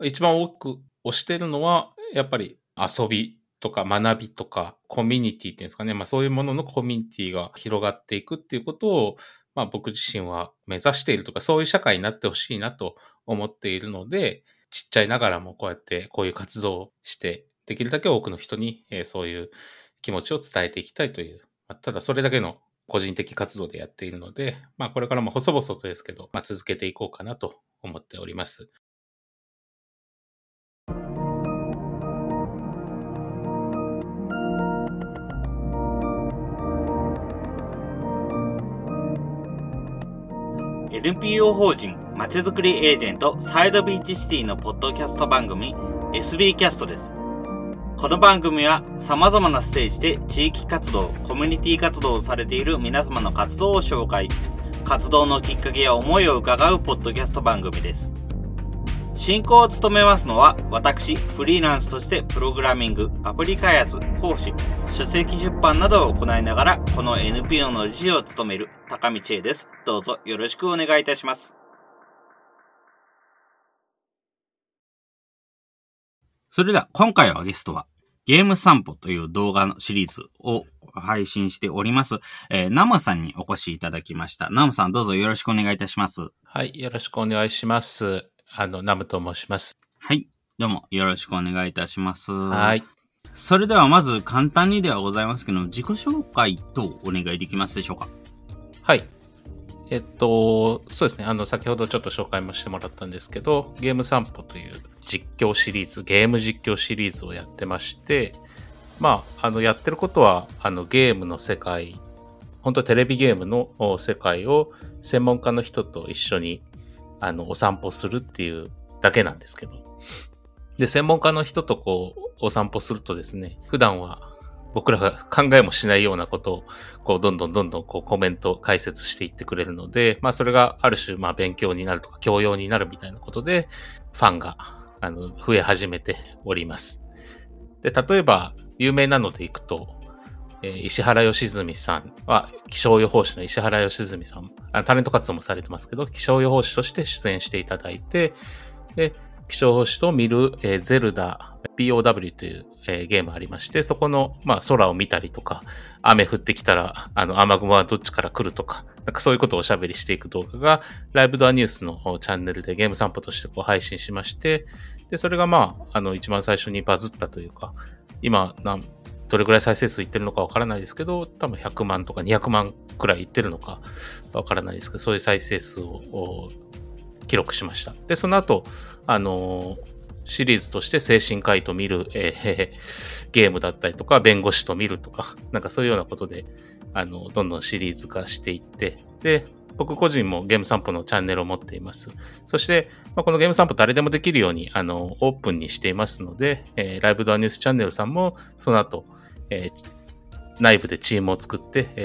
一番多く推しているのは、やっぱり遊びとか学びとかコミュニティっていうんですかね。そういうもののコミュニティが広がっていくっていうことを、僕自身は目指しているとか、そういう社会になってほしいなと思っているので、ちっちゃいながらもこうやってこういう活動をして、できるだけ多くの人に、そういう気持ちを伝えていきたいという、ただそれだけの個人的活動でやっているので、これからも細々とですけど、続けていこうかなと思っております。 NPO 法人まちづくりエージェントサイドビーチシティのポッドキャスト番組 SB キャストです。この番組は様々なステージで地域活動、コミュニティ活動をされている皆様の活動を紹介、活動のきっかけや思いを伺うポッドキャスト番組です。進行を務めますのは私、フリーランスとしてプログラミング、アプリ開発、講師、書籍出版などを行いながらこの NPO の理事を務める高道恵です。どうぞよろしくお願いいたします。それでは今回はゲストはゲーム散歩という動画のシリーズを配信しております、ナムさんにお越しいただきました。ナムさんどうぞよろしくお願いいたします。 はい、よろしくお願いします。ナムと申します。 はい、どうもよろしくお願いいたします。 はい。 それではまず簡単にではございますけど、自己紹介とお願いできますでしょうか。 はい。そうですね。先ほどちょっと紹介もしてもらったんですけど、ゲーム散歩という実況シリーズ、ゲーム実況シリーズをやってまして、やってることは、ゲームの世界、本当テレビゲームの世界を専門家の人と一緒に、お散歩するっていうだけなんですけど。で、専門家の人とお散歩するとですね、普段は僕らが考えもしないようなことを、どんどんコメント、解説していってくれるので、それがある種、勉強になるとか、教養になるみたいなことで、ファンが、増え始めております。で、例えば、有名なのでいくと、石原良純さんは、気象予報士の石原良純さん、タレント活動もされてますけど、気象予報士として出演していただいて、で、気象予報士と見る、ゼルダ POW という、ゲームありまして、そこの、空を見たりとか、雨降ってきたら、雨雲はどっちから来るとか、そういうことをおしゃべりしていく動画が、ライブドアニュースのチャンネルでゲーム散歩として配信しまして、で、それが一番最初にバズったというか、今、どれくらい再生数いってるのかわからないですけど、多分100万とか200万くらいいってるのかわからないですけど、そういう再生数を記録しました。で、その後、シリーズとして精神科医と見る、ゲームだったりとか、弁護士と見るとか、そういうようなことで、どんどんシリーズ化していって、で、僕個人もゲーム散歩のチャンネルを持っています。そして、このゲーム散歩誰でもできるように、オープンにしていますので、ライブドアニュースチャンネルさんも、その後、内部でチームを作って、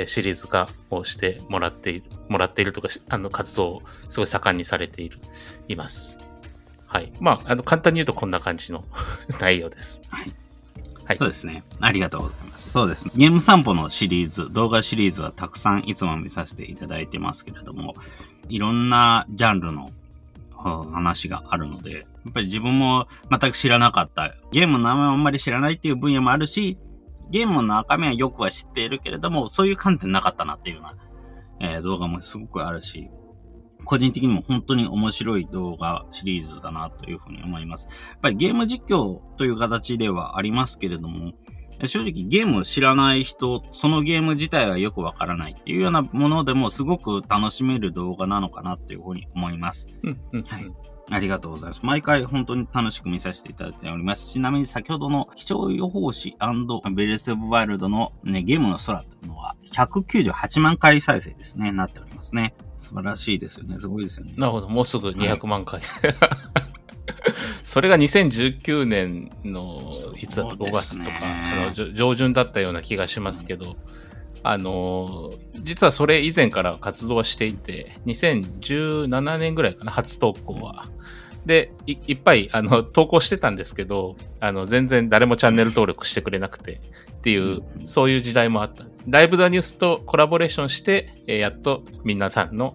シリーズ化をしてもらっているとか、活動をすごい盛んにされています。はい。簡単に言うとこんな感じの内容です。 はい。はい。そうですね。ありがとうございます。そうですね。ゲーム散歩のシリーズ、動画シリーズはたくさんいつも見させていただいてますけれども、いろんなジャンルの話があるので、やっぱり自分も全く知らなかった、ゲームの名前をあんまり知らないっていう分野もあるし、ゲームの中身はよくは知っているけれども、そういう観点なかったなっていうような、動画もすごくあるし、個人的にも本当に面白い動画シリーズだなというふうに思います。やっぱりゲーム実況という形ではありますけれども、正直ゲームを知らない人、そのゲーム自体はよくわからないっていうようなものでもすごく楽しめる動画なのかなというふうに思います。はい。ありがとうございます。毎回本当に楽しく見させていただいております。ちなみに先ほどの気象予報士&ベレス・オブ・ワイルドの、ね、ゲームの空というのは198万回再生ですね、なっておりますね。素晴らしいですよね。すごいですよね。 なるほど。もうすぐ200万回。はい、それが2019年のいつだと5月とか、上旬だったような気がしますけど、実はそれ以前から活動はしていて、2017年ぐらいかな、初投稿は。で、いっぱい、投稿してたんですけど、全然誰もチャンネル登録してくれなくて、っていう、そういう時代もあった。ライブドアニュースとコラボレーションして、やっと皆さんの、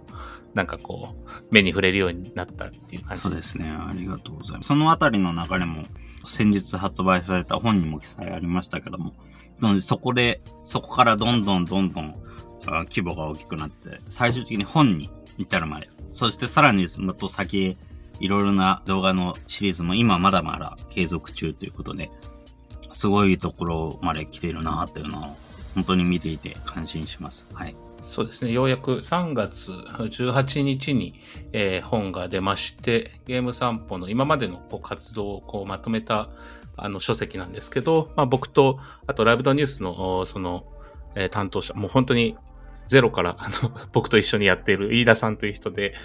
なんかこう、目に触れるようになったっていう感じです。 そうですね。ありがとうございます。そのあたりの流れも、先日発売された本にも記載ありましたけども、そこからどんどん規模が大きくなって、最終的に本に至るまで。そしてさらにもっと先へ、いろいろな動画のシリーズも今まだまだ継続中ということで、すごいところまで来ているなっていうのを、本当に見ていて感心します。はい。 そうですね。ようやく3月18日に、本が出まして、ゲーム散歩の今までの活動をまとめた書籍なんですけど、僕と、あとライブドニュースの担当者、もう本当にゼロから僕と一緒にやっている飯田さんという人で、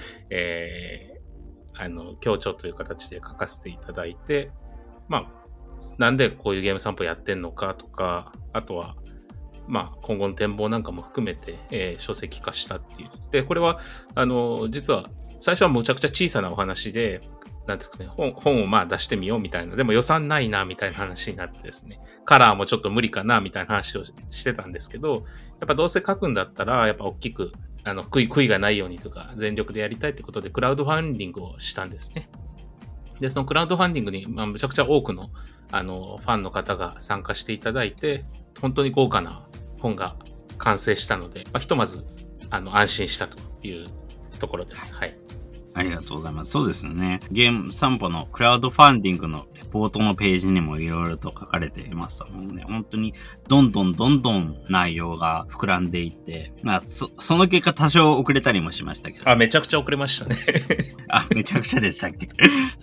協調という形で書かせていただいて、なんでこういうゲーム散歩やってんのかとか、あとは、今後の展望なんかも含めて、書籍化したっていう。で、これは、実は、最初はむちゃくちゃ小さなお話で、なんですかね、本を出してみようみたいな、でも予算ないな、みたいな話になってですね、カラーもちょっと無理かな、みたいな話をしてたんですけど、やっぱどうせ書くんだったら、やっぱ大きく、悔いがないようにとか、全力でやりたいってことで、クラウドファンディングをしたんですね。で、そのクラウドファンディングに、むちゃくちゃ多くの、ファンの方が参加していただいて、本当に豪華な本が完成したので、ひとまず、安心したというところです。はい。 ありがとうございます。そうですよね。ゲーム散歩のクラウドファンディングのレポートのページにもいろいろと書かれていますもんね。本当にどんどん内容が膨らんでいって、その結果多少遅れたりもしましたけど。 めちゃくちゃ遅れましたね。 めちゃくちゃでしたっけ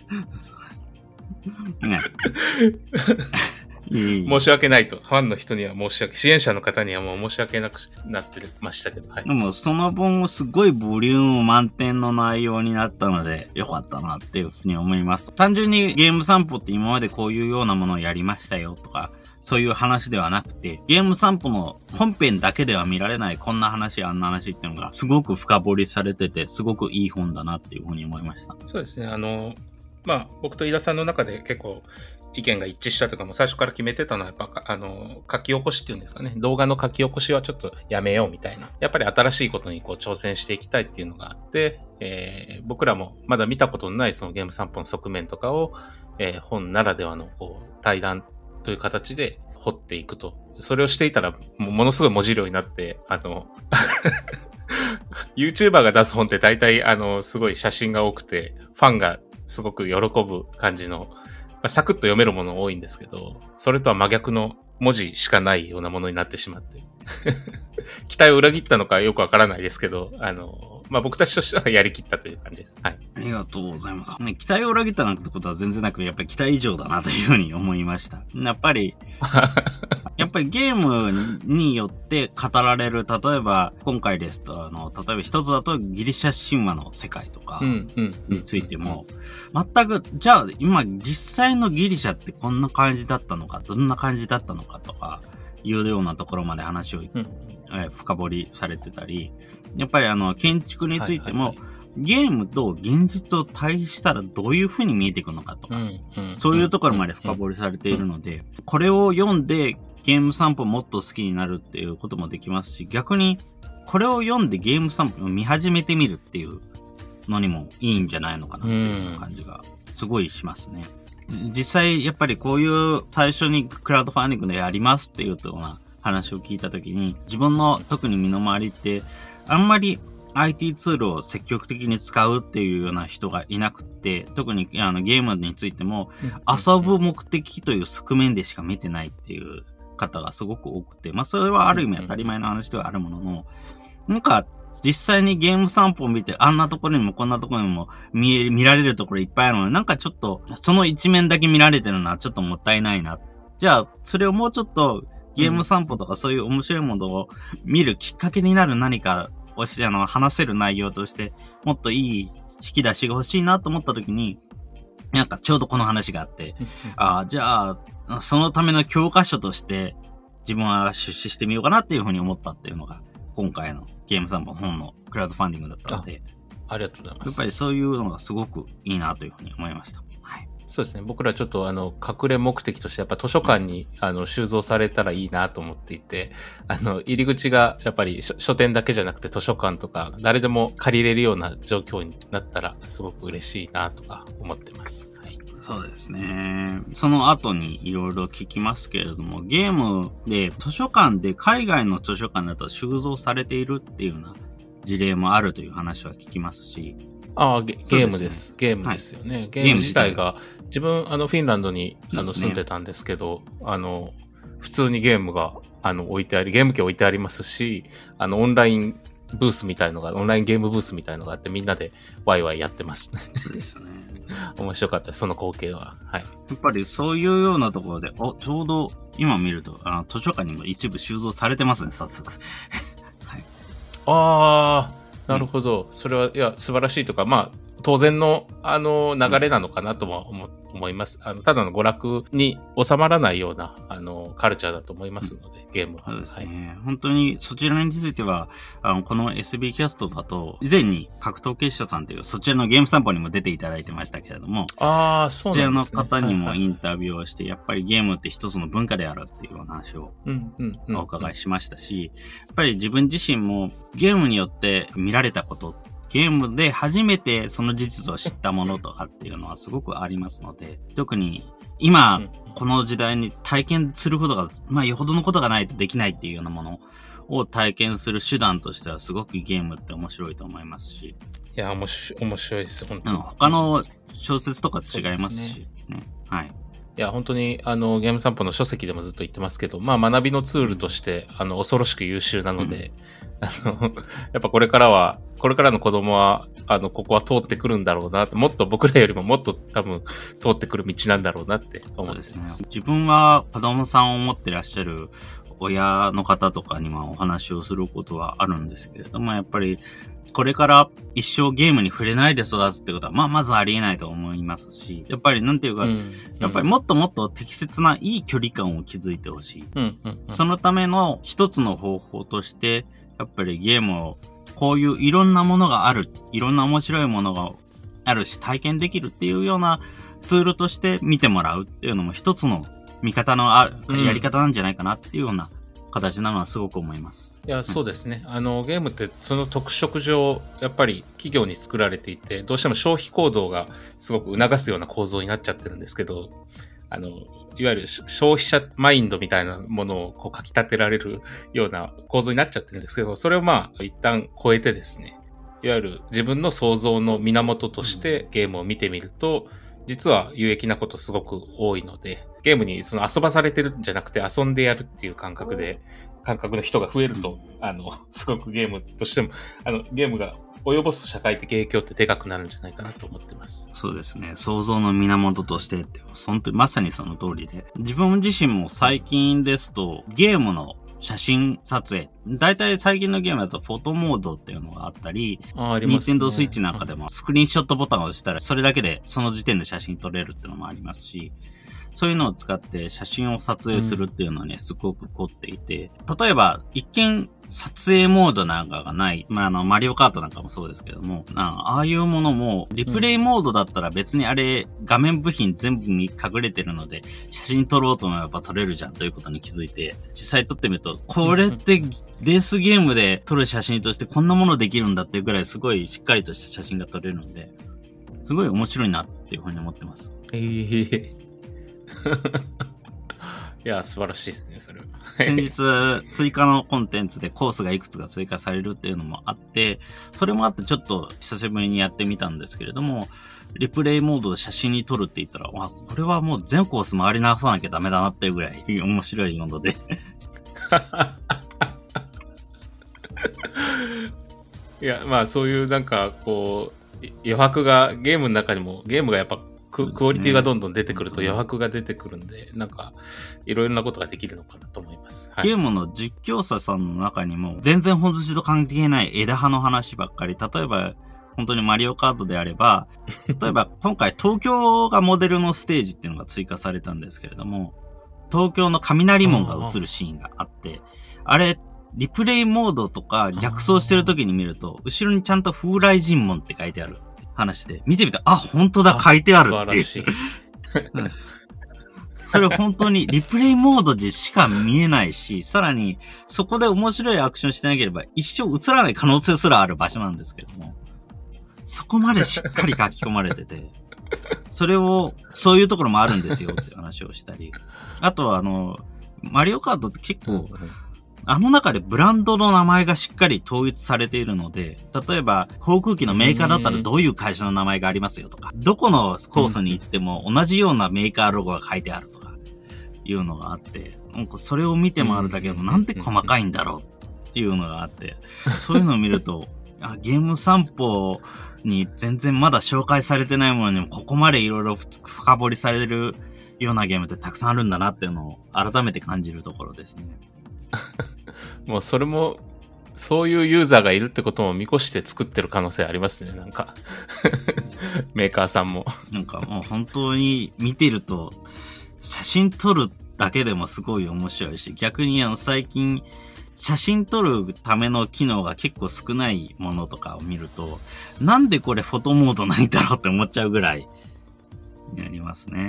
ね。 申し訳ないと。ファンの人には支援者の方にはもう申し訳なくなってましたけど。はい。 でもその分もすごいボリューム満点の内容になったので、よかったなっていうふうに思います。単純にゲーム散歩って今までこういうようなものをやりましたよとか、そういう話ではなくて、ゲーム散歩の本編だけでは見られないこんな話、あんな話っていうのがすごく深掘りされてて、すごくいい本だなっていうふうに思いました。 そうですね。僕と飯田さんの中で結構意見が一致したとかも最初から決めてたのはやっぱ書き起こしっていうんですかね。動画の書き起こしはちょっとやめようみたいな。やっぱり新しいことに挑戦していきたいっていうのがあって、僕らもまだ見たことのないそのゲーム散歩の側面とかを、本ならではの対談という形で掘っていくと。それをしていたらものすごい文字量になって、YouTuber が出す本って大体すごい写真が多くて、ファンがすごく喜ぶ感じの、サクッと読めるもの多いんですけど、それとは真逆の文字しかないようなものになってしまって、期待を裏切ったのかよくわからないですけど、僕たちとしてはやりきったという感じです。はい。 ありがとうございます。ね、期待を裏切ったなんてことは全然なく、やっぱり期待以上だなというふうに思いました。やっぱりゲームによって語られる、例えば、今回ですと、例えば一つだとギリシャ神話の世界とかについても、全く、じゃあ今実際のギリシャってこんな感じだったのか、どんな感じだったのかとか、いうようなところまで話を、深掘りされてたり、やっぱり建築についても、ゲームと現実を対比したらどういう風に見えていくのかとか、そういうところまで深掘りされているので、これを読んでゲーム散歩もっと好きになるっていうこともできますし、逆にこれを読んでゲーム散歩を見始めてみるっていうのにもいいんじゃないのかなっていう感じがすごいしますね。実際やっぱりこういう最初にクラウドファンディングでやりますっていうような話を聞いたときに、自分の特に身の回りってあんまり IT ツールを積極的に使うっていうような人がいなくて、特にゲームについても遊ぶ目的という側面でしか見てないっていう方がすごく多くて、それはある意味当たり前の話ではあるものの、なんか実際にゲーム散歩を見てあんなところにもこんなところにも見られるところいっぱいあるので、なんかちょっとその一面だけ見られてるのはちょっともったいないな。じゃあそれをもうちょっとゲーム散歩とかそういう面白いものを見るきっかけになる何かを話せる内容として、もっといい引き出しが欲しいなと思った時に、なんかちょうどこの話があって、じゃあ、そのための教科書として自分は出資してみようかなっていうふうに思ったっていうのが、今回のゲーム散歩の本のクラウドファンディングだったので、 ありがとうございます。 やっぱりそういうのがすごくいいなというふうに思いました。はい。 そうですね。僕らちょっと隠れ目的としてやっぱ図書館に収蔵されたらいいなと思っていて、入り口がやっぱり書店だけじゃなくて図書館とか誰でも借りれるような状況になったらすごく嬉しいなとか思ってます。はい。 そうですね。その後にいろいろ聞きますけれども、ゲームで図書館で海外の図書館だと収蔵されているっていうような事例もあるという話は聞きますし、 ああ、ゲームです。ゲームですよね。はい、ゲーム自体が、自分、フィンランドに、住んでたんですけど、普通にゲームが、置いてあり、ゲーム機置いてありますし、オンラインブースみたいのが、オンラインゲームブースみたいのがあって、みんなでワイワイやってますね。 そうですね。 面白かったです、その光景は。はい。 やっぱりそういうようなところで、ちょうど、今見ると、図書館にも一部収蔵されてますね、早速。はい。 ああ、なるほど。それは、いや、素晴らしいとか、まあ、当然の、流れなのかなとは思います。ただの娯楽に収まらないような、カルチャーだと思いますので、ゲームは。 そうですね。はい、本当に、そちらについては、この SB キャストだと、以前に格闘結社さんという、そちらのゲーム散歩にも出ていただいてましたけれども、 ああ、そうなんですね。 そちらの方にもインタビューをして、やっぱりゲームって一つの文化であるっていうお話をお伺いしましたし、やっぱり自分自身もゲームによって見られたこと、ゲームで初めてその事実を知ったものとかっていうのはすごくありますので、特に今、この時代に体験することが、まあよほどのことがないとできないっていうようなものを体験する手段としてはすごくゲームって面白いと思いますし。 いや、面白いです、本当に。 他の小説とか違いますし、ね。はい。 いや、本当に、ゲーム散歩の書籍でもずっと言ってますけど、まあ、学びのツールとして、恐ろしく優秀なので、やっぱこれからの子供は、ここは通ってくるんだろうなって、もっと僕らよりももっと多分通ってくる道なんだろうなって思ってます。そうですね。 自分は子供さんを持ってらっしゃる親の方とかにはお話をすることはあるんですけれども、やっぱり、これから一生ゲームに触れないで育つってことは、まずありえないと思いますし、やっぱりなんていうか、やっぱりもっともっと適切ないい距離感を築いてほしい。そのための一つの方法として、やっぱりゲームを、こういういろんなものがある、いろんな面白いものがあるし、体験できるっていうようなツールとして見てもらうっていうのも一つの見方のやり方なんじゃないかなっていうような形なのはすごく思います。 いや、そうですね。ゲームってその特色上、やっぱり企業に作られていて、どうしても消費行動がすごく促すような構造になっちゃってるんですけど、いわゆる消費者マインドみたいなものをこうかき立てられるような構造になっちゃってるんですけど、それをまあ一旦超えてですね、いわゆる自分の想像の源としてゲームを見てみると、実は有益なことすごく多いので、ゲームにその遊ばされてるんじゃなくて遊んでやるっていう感覚の人が増えると、すごくゲームとしても、ゲームが及ぼす社会的影響ってでかくなるんじゃないかなと思ってます。 そうですね。想像の源としてって、本当にまさにその通りで。自分自身も最近ですと、ゲームの写真撮影。大体最近のゲームだとフォトモードっていうのがあったり、ニンテンドースイッチなんかでもスクリーンショットボタンを押したら、それだけでその時点で写真撮れるっていうのもありますし、そういうのを使って写真を撮影するっていうのはね、すごく凝っていて、例えば一見撮影モードなんかがない、マリオカートなんかもそうですけども、ああいうものも、リプレイモードだったら別にあれ、画面部品全部に隠れてるので、写真撮ろうと思えば撮れるじゃんということに気づいて、実際撮ってみると、これってレースゲームで撮る写真としてこんなものできるんだっていうぐらいすごいしっかりとした写真が撮れるので、すごい面白いなっていうふうに思ってます。 いや、素晴らしいですね、それは。 先日、追加のコンテンツでコースがいくつか追加されるっていうのもあって、それもあってちょっと久しぶりにやってみたんですけれども、リプレイモードで写真に撮るって言ったら、これはもう全コース回り直さなきゃダメだなっていうぐらい面白いので。 いや、まあそういうなんかこう、余白がゲームの中にも、ゲームがやっぱクオリティがどんどん出てくると余白が出てくるんで、なんか、いろいろなことができるのかなと思います。 はい、ゲームの実況者さんの中にも、全然本筋と関係ない枝葉の話ばっかり、例えば、本当にマリオカートであれば、例えば今回東京がモデルのステージっていうのが追加されたんですけれども、東京の雷門が映るシーンがあって、あれ、リプレイモードとか逆走してる時に見ると、後ろにちゃんと風来神門って書いてある話で、見てみて、本当だ、書いてあるっていう。 そうです。それ本当にリプレイモードでしか見えないし、さらにそこで面白いアクションしてなければ一生映らない可能性すらある場所なんですけども、そこまでしっかり書き込まれてて、それを、そういうところもあるんですよって話をしたり、あとはマリオカートって結構、あの中でブランドの名前がしっかり統一されているので、例えば航空機のメーカーだったらどういう会社の名前がありますよとか、どこのコースに行っても同じようなメーカーロゴが書いてあるとか、いうのがあって、なんかそれを見て回るだけでもなんで細かいんだろうっていうのがあって、そういうのを見ると、ゲーム散歩に全然まだ紹介されてないものにもここまでいろいろ深掘りされるようなゲームってたくさんあるんだなっていうのを改めて感じるところですね。 もうそれも、そういうユーザーがいるってことも見越して作ってる可能性ありますね、なんか。メーカーさんも。 なんかもう本当に見てると、写真撮るだけでもすごい面白いし、逆に最近、写真撮るための機能が結構少ないものとかを見ると、なんでこれフォトモードないんだろうって思っちゃうぐらい、ありますね。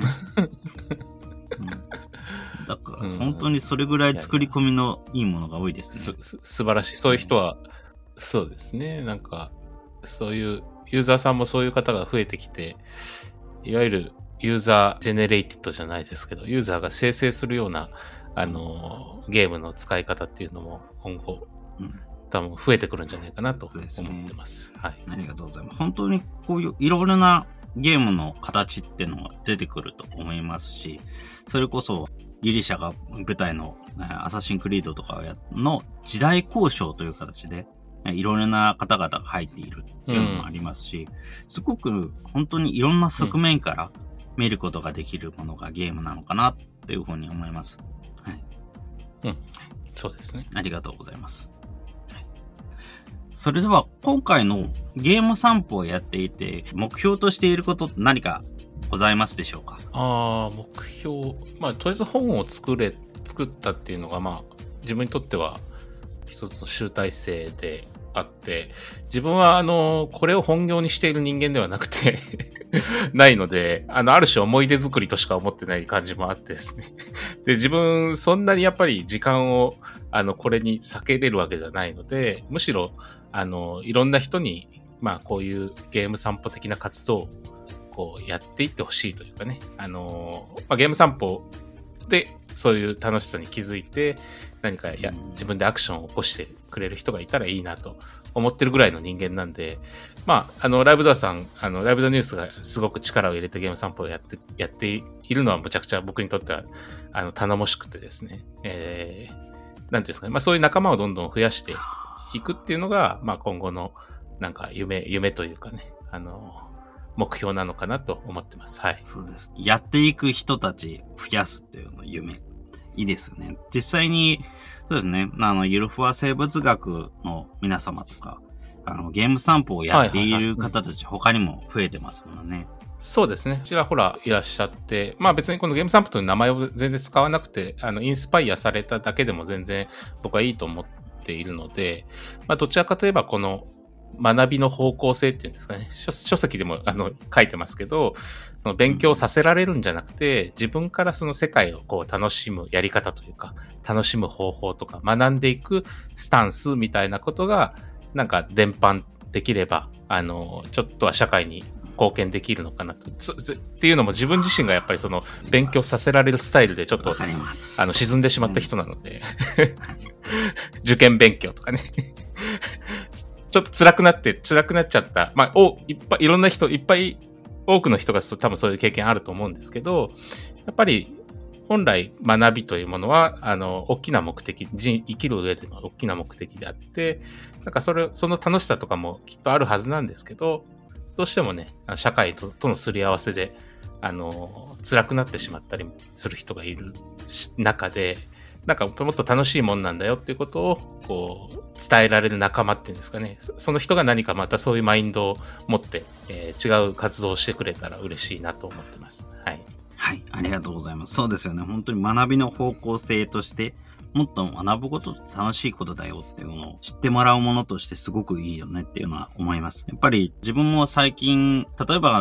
だから本当にそれぐらい作り込みのいいものが多いですね。 素晴らしい。そういう人は、そうですね。なんか、そういうユーザーさんもそういう方が増えてきて、いわゆるユーザージェネレイティッドじゃないですけど、ユーザーが生成するような、ゲームの使い方っていうのも今後、多分増えてくるんじゃないかなと思ってます。はい。 ありがとうございます。本当にこういういろいろなゲームの形っていうのが出てくると思いますし、それこそギリシャが舞台のアサシンクリードとかの時代交渉という形でいろいろな方々が入っているっていうのもありますし、すごく本当にいろんな側面から見ることができるものがゲームなのかなっていうふうに思います。はい。 そうですね。 ありがとうございます。それでは今回のゲーム散歩をやっていて目標としていること何かございますでしょうか？ 目標、とりあえず本を作ったっていうのが自分にとっては一つの集大成であって、自分はこれを本業にしている人間ではなくてないので、ある種思い出作りとしか思ってない感じもあってですね。で、自分そんなにやっぱり時間をこれに避けれるわけではないので、むしろいろんな人にこういうゲーム散歩的な活動をこうやっていってほしいというかね、ゲーム散歩でそういう楽しさに気づいて何か自分でアクションを起こしてくれる人がいたらいいなと思ってるぐらいの人間なんで、ライブドアさん、ライブドニュースがすごく力を入れてゲーム散歩をやっているのはむちゃくちゃ僕にとっては頼もしくてですね、なんていうんですかね、そういう仲間をどんどん増やしていくっていうのが、今後のなんか夢というかね、目標なのかなと思ってます。はい。 そうです。やっていく人たち増やすっていうの夢。いいですよね。実際に、そうですね。ゆるふわ生物学の皆様とか、ゲーム散歩をやっている方たち、他にも増えてますもんね。 そうですね。ちらほらいらっしゃって、別にこのゲーム散歩という名前を全然使わなくて、インスパイアされただけでも全然僕はいいと思っているので、どちらかといえばこの学びの方向性っていうんですかね。書籍でも書いてますけど、その勉強させられるんじゃなくて、自分からその世界をこう楽しむやり方というか、楽しむ方法とか、学んでいくスタンスみたいなことが、なんか伝播できれば、ちょっとは社会に貢献できるのかなと。っていうのも自分自身がやっぱりその勉強させられるスタイルでちょっと、沈んでしまった人なので、受験勉強とかね。ちょっと辛くなっちゃった。いろんな人、多くの人が多分そういう経験あると思うんですけど、やっぱり本来学びというものは、大きな目的、生きる上での大きな目的であって、なんかその楽しさとかもきっとあるはずなんですけど、どうしてもね、社会とのすり合わせで、辛くなってしまったりする人がいる中で、なんかもっと楽しいもんなんだよっていうことをこう伝えられる仲間っていうんですかね。その人が何かまたそういうマインドを持って、違う活動をしてくれたら嬉しいなと思ってます。はい。 はい、ありがとうございます。そうですよね。本当に学びの方向性として、もっと学ぶことって楽しいことだよっていうのを知ってもらうものとしてすごくいいよねっていうのは思います。やっぱり自分も最近、例えば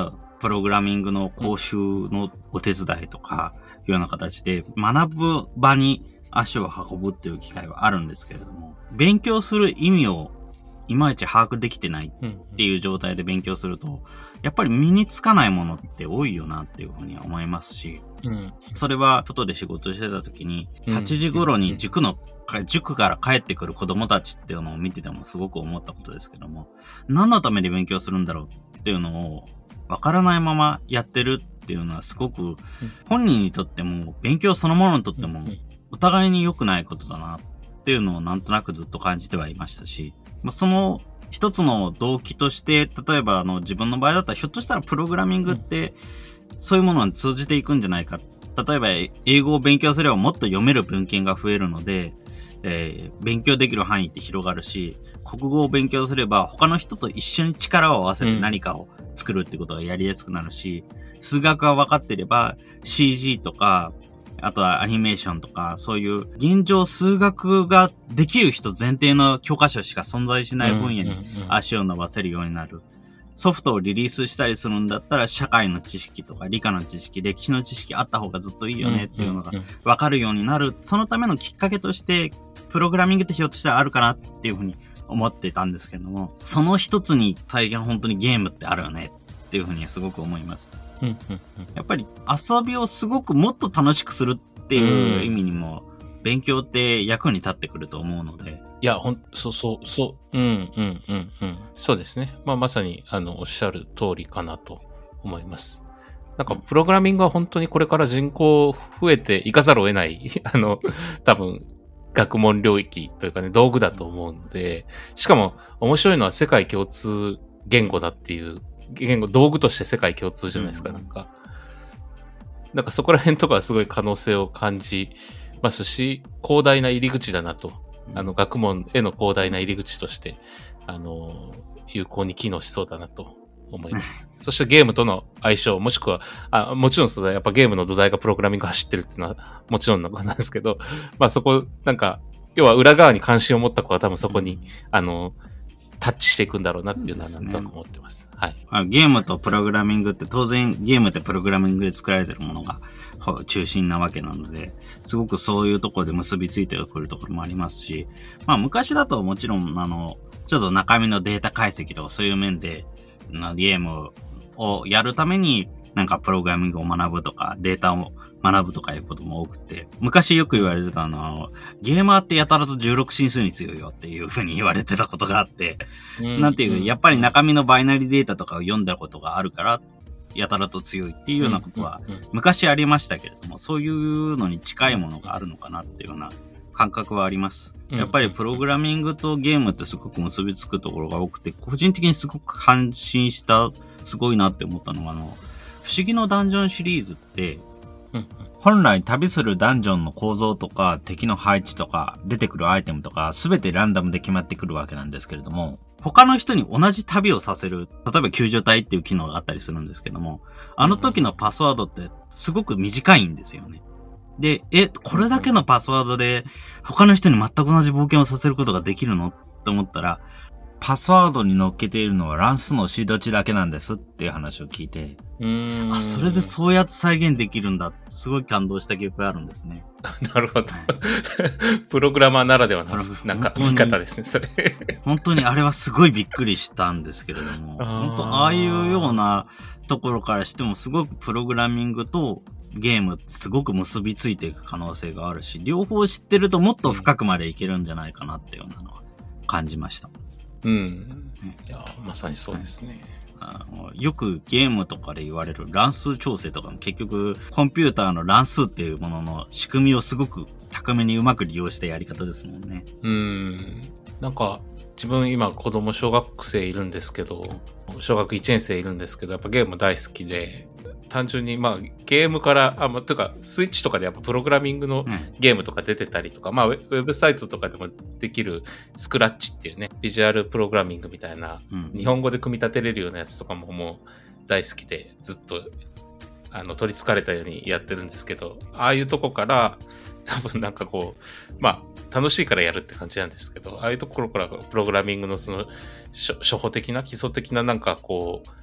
プログラミングの講習のお手伝いとか、いうような形で学ぶ場に足を運ぶっていう機会はあるんですけれども、勉強する意味をいまいち把握できてないっていう状態で勉強すると、やっぱり身につかないものって多いよなっていうふうには思いますし、それは外で仕事してた時に、8時頃に塾から帰ってくる子供たちっていうのを見ててもすごく思ったことですけども、何のために勉強するんだろうっていうのをわからないままやってるっていうのはすごく本人にとっても勉強そのものにとってもお互いに良くないことだなっていうのをなんとなくずっと感じてはいましたし、その一つの動機として、例えば自分の場合だったらひょっとしたらプログラミングってそういうものに通じていくんじゃないか。例えば英語を勉強すればもっと読める文献が増えるので、勉強できる範囲って広がるし、国語を勉強すれば他の人と一緒に力を合わせて何かを作るってことがやりやすくなるし、数学が分かってれば CG とか、あとはアニメーションとか、そういう現状数学ができる人前提の教科書しか存在しない分野に足を伸ばせるようになる。ソフトをリリースしたりするんだったら社会の知識とか理科の知識、歴史の知識あった方がずっといいよねっていうのが分かるようになる。そのためのきっかけとして、プログラミングってひょっとしたらあるかなっていうふうに思ってたんですけども、その一つに最近本当にゲームってあるよねっていうふうにすごく思います。やっぱり遊びをすごくもっと楽しくするっていう意味にも勉強って役に立ってくると思うので。 いや、そう。そうですね。まさにおっしゃる通りかなと思います。なんかプログラミングは本当にこれから人口増えていかざるを得ない多分学問領域というかね、道具だと思うので、しかも面白いのは世界共通言語だっていう道具として世界共通じゃないですか、なんかそこら辺とかはすごい可能性を感じますし、広大な入り口だなと、学問への広大な入り口として、有効に機能しそうだなと思います。そしてゲームとの相性、もしくは、もちろんやっぱゲームの土台がプログラミング走ってるっていうのはもちろんなんですけど、そこ、要は裏側に関心を持った子は多分そこに、タッチしていくんだろうなっていうのはなんとなく思ってます。はい。 ゲームとプログラミングって当然ゲームってプログラミングで作られてるものが中心なわけなので、すごくそういうところで結びついてくるところもありますし、昔だともちろんちょっと中身のデータ解析とかそういう面でゲームをやるためにプログラミングを学ぶとかデータを学ぶとかいうことも多くて、昔よく言われてたのは、ゲーマーってやたらと16進数に強いよっていうふうに言われてたことがあって、なんていう、やっぱり中身のバイナリデータとかを読んだことがあるから、やたらと強いっていうようなことは昔ありましたけれども、そういうのに近いものがあるのかなっていうような感覚はあります。やっぱりプログラミングとゲームってすごく結びつくところが多くて、個人的にすごく感心した、すごいなって思ったのが不思議のダンジョンシリーズって、本来旅するダンジョンの構造とか敵の配置とか出てくるアイテムとか全てランダムで決まってくるわけなんですけれども、他の人に同じ旅をさせる、例えば救助隊っていう機能があったりするんですけども、あの時のパスワードってすごく短いんですよね。で、これだけのパスワードで他の人に全く同じ冒険をさせることができるのって思ったら、パスワードに載っけているのは乱数のシード値だけなんですっていう話を聞いて、それでそうやって再現できるんだってすごい感動した記憶があるんですね。 なるほど。プログラマーならではの見方ですね、それ。 本当にあれはすごいびっくりしたんですけれども、本当ああいうようなところからしてもすごくプログラミングとゲームってすごく結びついていく可能性があるし、両方知ってるともっと深くまでいけるんじゃないかなっていうようなのは感じました。 いや、まさにそうですね。 よくゲームとかで言われる乱数調整とかも結局コンピューターの乱数っていうものの仕組みをすごく高めにうまく利用したやり方ですもんね。 自分今子供小学生いるんですけど、小学1年生いるんですけど、やっぱゲーム大好きで、単純にゲームから、というかスイッチとかでやっぱプログラミングのゲームとか出てたりとか、ウェブサイトとかでもできるスクラッチっていうね、ビジュアルプログラミングみたいな、日本語で組み立てれるようなやつとかももう大好きで、ずっと取り憑かれたようにやってるんですけど、ああいうとこから多分楽しいからやるって感じなんですけど、ああいうところからプログラミングのその初歩的な基礎的な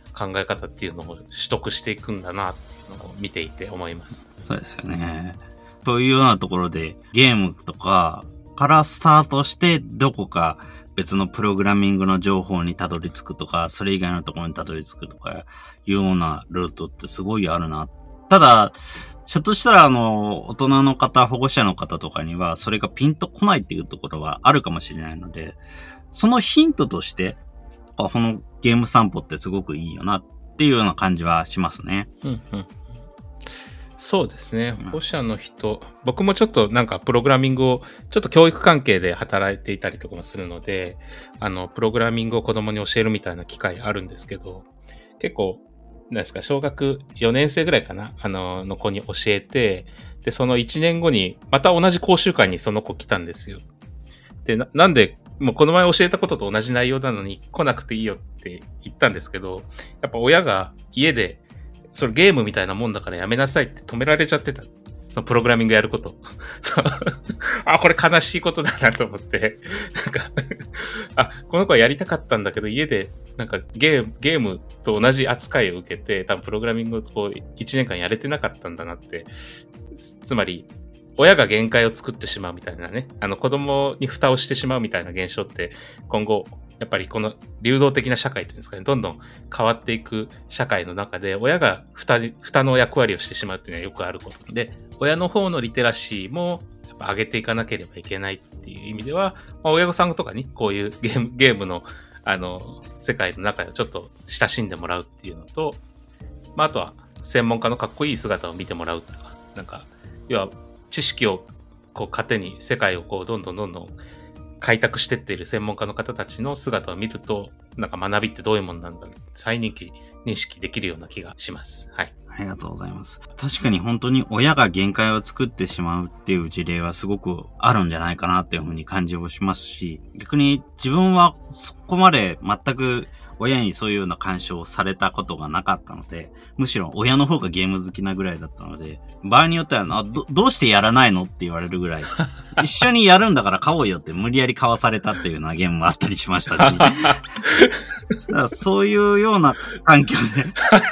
考え方っていうのを取得していくんだなっていうのを見ていて思います。 そうですよね。そういうようなところでゲームとかからスタートしてどこか別のプログラミングの情報にたどり着くとか、それ以外のところにたどり着くとかいうようなルートってすごいあるな。ただ、ひょっとしたら大人の方、保護者の方とかにはそれがピンとこないっていうところはあるかもしれないので、そのヒントとして、このゲーム散歩ってすごくいいよなっていうような感じはしますね。 うんうん。そうですね。保護者の人、僕もちょっとなんかプログラミングを、ちょっと教育関係で働いていたりとかもするので、プログラミングを子供に教えるみたいな機会あるんですけど、結構、なんですか、小学4年生ぐらいかな、の子に教えて、で、その1年後に、また同じ講習会にその子来たんですよ。で、なんで、もうこの前教えたことと同じ内容なのに来なくていいよって言ったんですけど、やっぱ親が家で、それゲームみたいなもんだからやめなさいって止められちゃってた。そのプログラミングやること。これ悲しいことだなと思って。なんかこの子はやりたかったんだけど、家でなんかゲームと同じ扱いを受けて、多分プログラミングをこう1年間やれてなかったんだなって。つまり、親が限界を作ってしまうみたいなね、子供に蓋をしてしまうみたいな現象って今後、やっぱりこの流動的な社会というんですかね、どんどん変わっていく社会の中で、親が蓋の役割をしてしまうっていうのはよくあることで、親の方のリテラシーもやっぱ上げていかなければいけないっていう意味では、親御さんとかにこういうゲームの世界の中でちょっと親しんでもらうっていうのと、あとは専門家のかっこいい姿を見てもらうとか、なんか、要は知識をこう糧に世界をこうどんどん開拓してっている専門家の方たちの姿を見ると、なんか学びってどういうものなんだろう、再認識できるような気がします。はい。 ありがとうございます。確かに本当に親が限界を作ってしまうっていう事例はすごくあるんじゃないかなっていうふうに感じをしますし、逆に自分はそこまで全く親にそういうような干渉をされたことがなかったので、むしろ親の方がゲーム好きなぐらいだったので、場合によってはどうしてやらないのって言われるぐらい、一緒にやるんだから買おうよって無理やり買わされたっていうようなゲームもあったりしましたし、だからそういうような環境で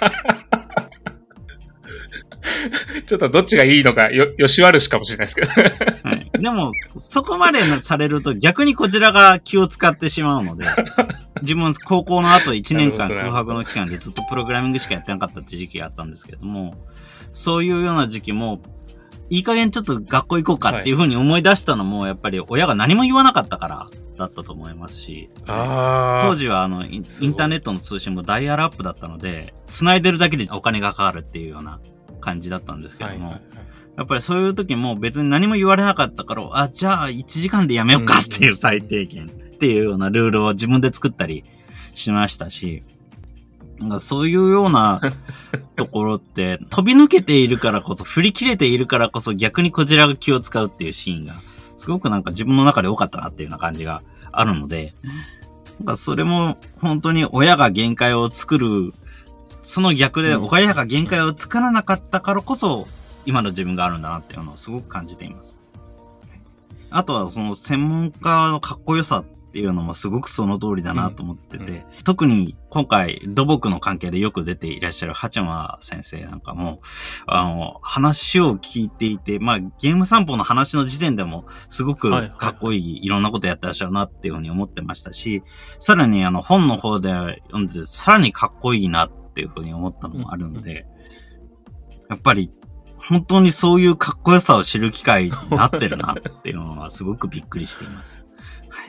ちょっとどっちがいいのかよし悪しかもしれないですけど、 はい。でも、そこまでされると逆にこちらが気を使ってしまうので、自分高校の後1年間空白の期間でずっとプログラミングしかやってなかったって時期があったんですけれども、そういうような時期も、いい加減ちょっと学校行こうかっていうふうに思い出したのも、やっぱり親が何も言わなかったからだったと思いますし、当時はインターネットの通信もダイヤルアップだったので、繋いでるだけでお金がかかるっていうような感じだったんですけども、やっぱりそういう時も別に何も言われなかったから、じゃあ1時間でやめようかっていう最低限っていうようなルールを自分で作ったりしましたし、そういうようなところって飛び抜けているからこそ、振り切れているからこそ逆にこちらが気を使うっていうシーンがすごくなんか自分の中で多かったなっていうような感じがあるので、それも本当に親が限界を作る、その逆で親が限界を作らなかったからこそ今の自分があるんだなっていうのをすごく感じています。あとはその専門家のかっこよさっていうのもすごくその通りだなと思ってて、特に今回土木の関係でよく出ていらっしゃる八間先生なんかも、話を聞いていて、ゲーム散歩の話の時点でもすごくかっこいい、いろんなことやってらっしゃるなっていうふうに思ってましたし、さらに本の方で読んでさらにかっこいいなっていうふうに思ったのもあるので、やっぱり本当にそういうかっこよさを知る機会になってるなっていうのはすごくびっくりしています。はい。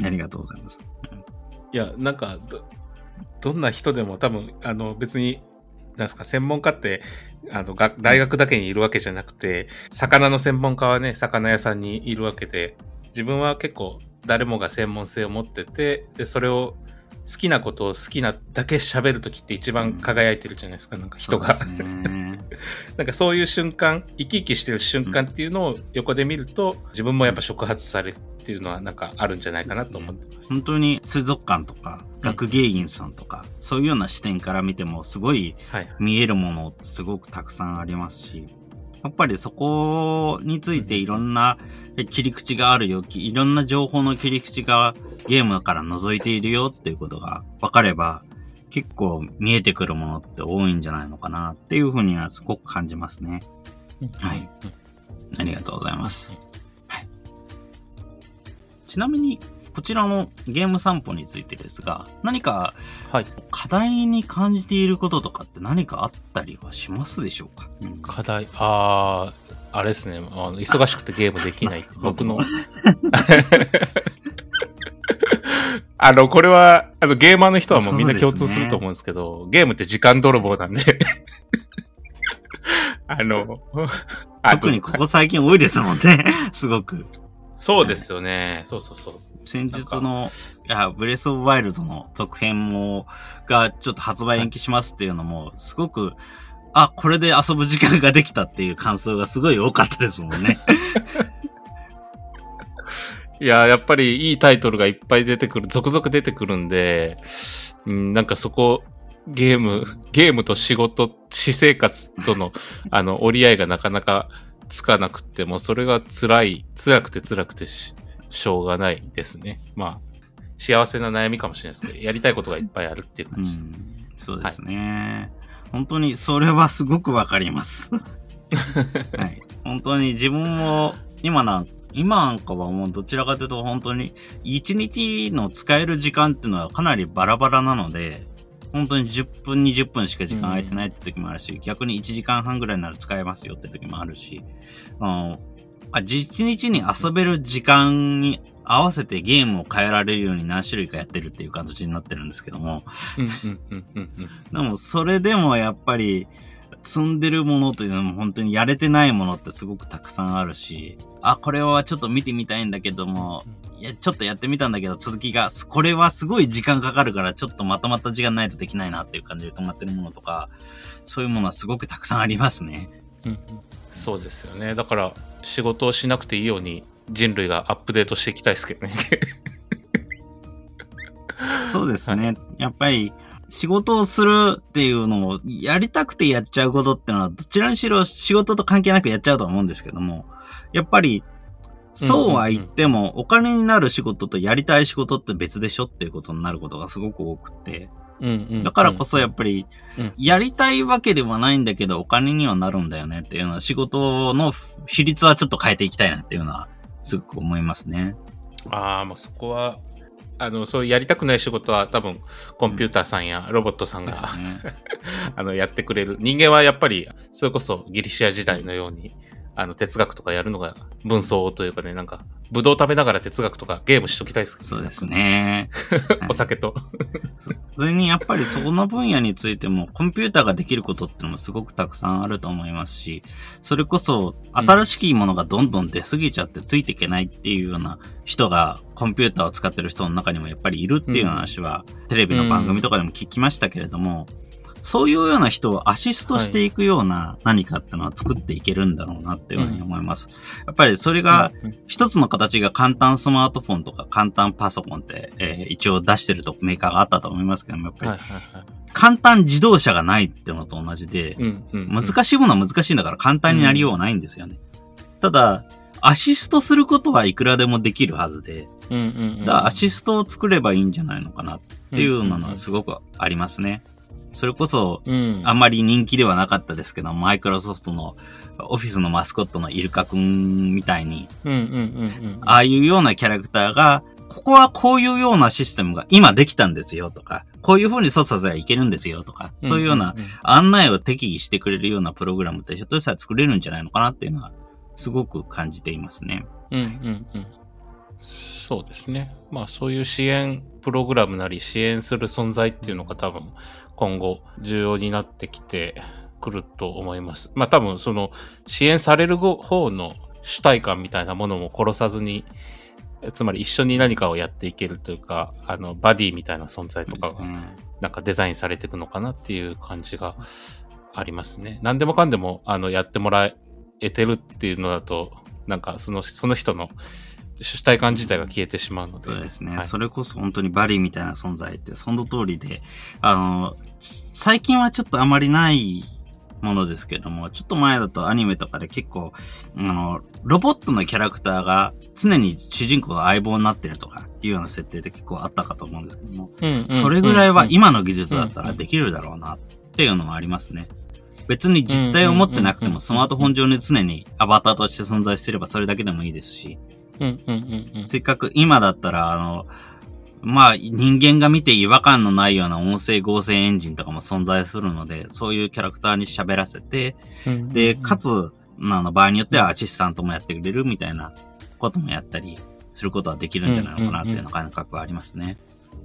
ありがとうございます。 いや、なんかどんな人でも多分別になんですか、専門家って大学だけにいるわけじゃなくて、魚の専門家はね、魚屋さんにいるわけで、自分は結構誰もが専門性を持ってて、でそれを好きなことを好きなだけ喋るときって一番輝いてるじゃないですか、なんか人が。なんかそういう瞬間、生き生きしてる瞬間っていうのを横で見ると、自分もやっぱ触発されるっていうのはなんかあるんじゃないかなと思ってます。 本当に水族館とか、学芸員さんとか、そういうような視点から見てもすごい見えるものってすごくたくさんありますし、やっぱりそこについていろんな切り口があるよ、いろんな情報の切り口がゲームから覗いているよっていうことが分かれば、 結構見えてくるものって多いんじゃないのかなっていうふうにはすごく感じますね。はい。ありがとうございます。はい。ちなみに、こちらのゲーム散歩についてですが、何か課題に感じていることとかって何かあったりはしますでしょうか？ 課題、あれですね。忙しくてゲームできないって僕の。これは、ゲーマーの人はもうみんな共通すると思うんですけど、ゲームって時間泥棒なんで。 特にここ最近多いですもんね。すごく。 そうですよね。そう。 先日の、ブレスオブワイルドの続編がちょっと発売延期しますっていうのも、すごく、これで遊ぶ時間ができたっていう感想がすごい多かったですもんね。 いや、やっぱりいいタイトルがいっぱい続々出てくるんで、なんかそこ、ゲームと仕事、私生活との、折り合いがなかなかつかなくても、それが辛くてしょうがないですね。まあ、幸せな悩みかもしれないですけど、やりたいことがいっぱいあるっていう感じ。 そうですね。本当に、それはすごくわかります。はい。本当に自分も、今なんかはもうどちらかというと本当に1日の使える時間っていうのはかなりバラバラなので、本当に10分、20分しか時間空いてないって時もあるし、逆に1時間半ぐらいなら使えますよって時もあるし、1日に遊べる時間に合わせてゲームを変えられるように何種類かやってるっていう形になってるんですけども。でもそれでもやっぱり、積んでるものというのも本当にやれてないものってすごくたくさんあるし、これはちょっと見てみたいんだけども、ちょっとやってみたんだけど続きが、これはすごい時間かかるからちょっとまとまった時間ないとできないなっていう感じで止まってるものとか、そういうものはすごくたくさんありますね。 そうですよね。だから仕事をしなくていいように人類がアップデートしていきたいですけどね。 そうですね。やっぱり、仕事をするっていうのをやりたくてやっちゃうことってのはどちらにしろ仕事と関係なくやっちゃうとは思うんですけども、やっぱりそうは言ってもお金になる仕事とやりたい仕事って別でしょっていうことになることがすごく多くて、だからこそやっぱりやりたいわけではないんだけどお金にはなるんだよねっていうのは仕事の比率はちょっと変えていきたいなっていうのはすごく思いますね。 もうそこはそうやりたくない仕事は多分コンピューターさんやロボットさんが、やってくれる。人間はやっぱりそれこそギリシア時代のように哲学とかやるのが文装というかね、なんかブドウ食べながら哲学とかゲームしときたいですけどね。 そうですね。 お酒と。 それにやっぱりそこの分野についてもコンピューターができることってのもすごくたくさんあると思いますし、それこそ新しいものがどんどん出過ぎちゃってついていけないっていうような人がコンピューターを使ってる人の中にもやっぱりいるっていう話はテレビの番組とかでも聞きましたけれども、そういうような人をアシストしていくような何かってのは作っていけるんだろうなっていうふうに思います。やっぱりそれが一つの形が簡単スマートフォンとか簡単パソコンって、一応出してるとメーカーがあったと思いますけども、やっぱり簡単自動車がないってのと同じで、難しいものは難しいんだから簡単になりようはないんですよね。ただ、アシストすることはいくらでもできるはずで、だからアシストを作ればいいんじゃないのかなっていうのはすごくありますね。それこそ、あんまり人気ではなかったですけど、マイクロソフトのオフィスのマスコットのイルカくんみたいに、ああいうようなキャラクターが、ここはこういうようなシステムが今できたんですよとか、こういう風に操作すればいけるんですよとか、そういうような案内を適宜してくれるようなプログラムってひょっとしたら作れるんじゃないのかなっていうのは、すごく感じていますね。 そうですね。まあそういう支援プログラムなり支援する存在っていうのが多分今後重要になってきてくると思います。まあ多分その支援される方の主体感みたいなものも殺さずに、つまり一緒に何かをやっていけるというか、バディみたいな存在とかがなんかデザインされていくのかなっていう感じがありますね。何でもかんでもやってもらえてるっていうのだと、なんかその人の主体感自体が消えてしまうので。 そうですね。それこそ本当にバリみたいな存在ってその通りで、最近はちょっとあまりないものですけども、ちょっと前だとアニメとかで結構、ロボットのキャラクターが常に主人公の相棒になってるとかいうような設定で結構あったかと思うんですけども、それぐらいは今の技術だったらできるだろうなっていうのもありますね。別に実体を持ってなくてもスマートフォン上に常にアバターとして存在してればそれだけでもいいですし、せっかく今だったらまあ人間が見て違和感のないような音声合成エンジンとかも存在するので、そういうキャラクターに喋らせて、で、かつ、場合によってはアシスタントもやってくれるみたいなこともやったりすることはできるんじゃないのかなっていうの感覚はありますね。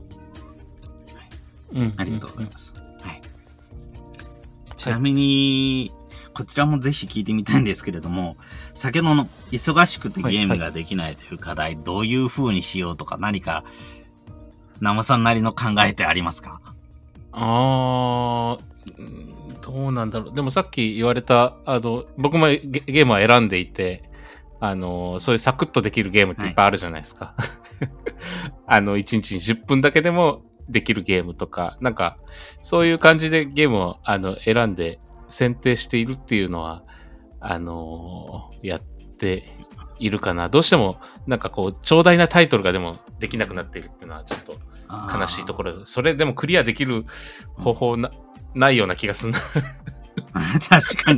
ありがとうございます。はい。ちなみに、こちらもぜひ聞いてみたいんですけれども、先ほどの忙しくてゲームができないという課題、どういう風にしようとか何か、ナムさんなりの考えってありますか？ どうなんだろう。でもさっき言われた、僕もゲームは選んでいて、そういうサクッとできるゲームっていっぱいあるじゃないですか。1日に10分だけでもできるゲームとか、なんか、そういう感じでゲームを選んで選定しているっていうのは、やっているかな。どうしても、なんかこう、長大なタイトルがでもできなくなっているっていうのはちょっと悲しいところで、それでもクリアできる方法ないような気がするな。 確かに。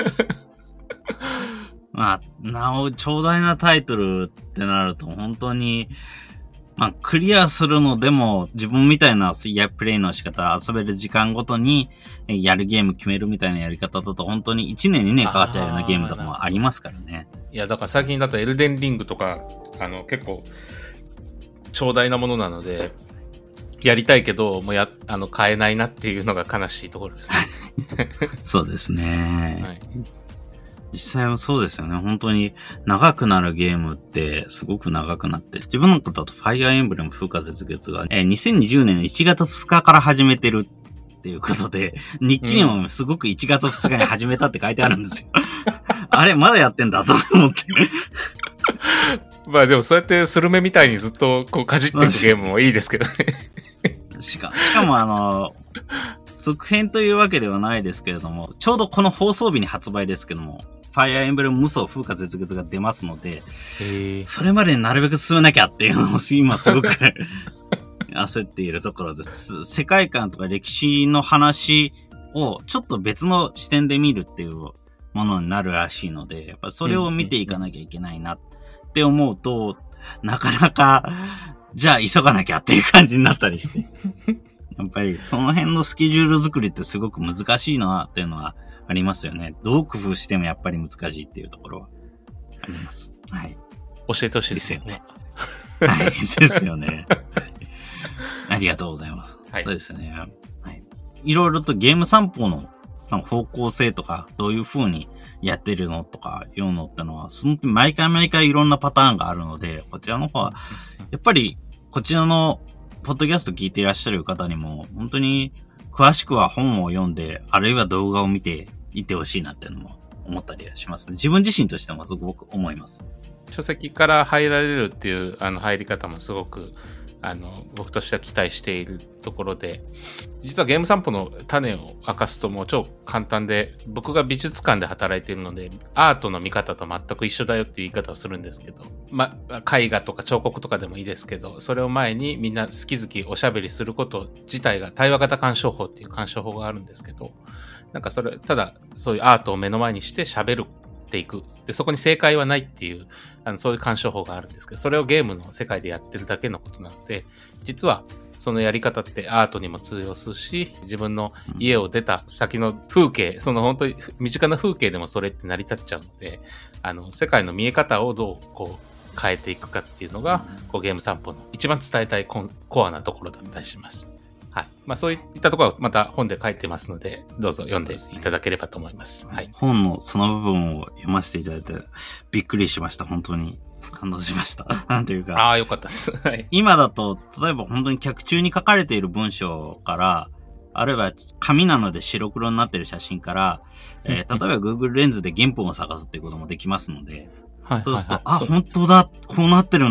まあ、なお、長大なタイトルってなると本当に、まあ、クリアするのでも、自分みたいなプレイの仕方、遊べる時間ごとに、やるゲーム決めるみたいなやり方だと、本当に1年2年かかっちゃうようなゲームとかもありますからね。 いや、だから最近だとエルデンリングとか、結構、長大なものなので、やりたいけど、もう買えないなっていうのが悲しいところですね。 そうですね。 はい。 実際はそうですよね。本当に長くなるゲームってすごく長くなって。自分のことだとファイアーエンブレム風化雪月が、2020年1月2日から始めてるっていうことで、日記にもすごく1月2日に始めたって書いてあるんですよ。あれ、まだやってんだと思って。 まあでもそうやってスルメみたいにずっとこうかじっていくゲームもいいですけどね。 しかも続編というわけではないですけれども、ちょうどこの放送日に発売ですけども、ファイアーエンブレム無双風化雪月が出ますので、それまでになるべく進めなきゃっていうのを今すごく焦っているところです。世界観とか歴史の話をちょっと別の視点で見るっていうものになるらしいので、やっぱそれを見ていかなきゃいけないなって思うと、なかなか、じゃあ急がなきゃっていう感じになったりして。やっぱりその辺のスケジュール作りってすごく難しいなっていうのはありますよね。どう工夫してもやっぱり難しいっていうところはあります。はい。 教えてほしいですよね。 はい。ですよね。ありがとうございます。 はい。 そうですね。はい。いろいろとゲーム散歩の方向性とか、どういう風にやってるのとかいうのってのは、毎回いろんなパターンがあるので、こちらの方は、やっぱり、こちらのポッドキャスト聞いていらっしゃる方にも、本当に詳しくは本を読んで、あるいは動画を見ていってほしいなっていうのも思ったりはしますね。自分自身としてもすごく思います。 書籍から入られるっていう入り方もすごく僕としては期待しているところで、実はゲーム散歩の種を明かすともう超簡単で、僕が美術館で働いているので、アートの見方と全く一緒だよっていう言い方をするんですけど、絵画とか彫刻とかでもいいですけど、それを前にみんな好き好きおしゃべりすること自体が対話型鑑賞法っていう鑑賞法があるんですけど、なんかそれ、ただそういうアートを目の前にして喋るっていく。で、そこに正解はないっていう、そういう鑑賞法があるんですけど、それをゲームの世界でやってるだけのことなので、実はそのやり方ってアートにも通用するし、自分の家を出た先の風景、その本当に身近な風景でもそれって成り立っちゃうので、世界の見え方をどうこう変えていくかっていうのが、こうゲーム散歩の一番伝えたいコアなところだったりします。はい。まあそういったところはまた本で書いてますので、どうぞ読んでいただければと思います。はい。 本のその部分を読ませていただいてびっくりしました。本当に感動しました。なんていうか。 ああ、よかったです。はい。 今だと、例えば本当に脚注に書かれている文章から、あるいは紙なので白黒になっている写真から、例えば Google レンズで原本を探すっていうこともできますので、はい、そうすると、本当だ、こうなってるんだっ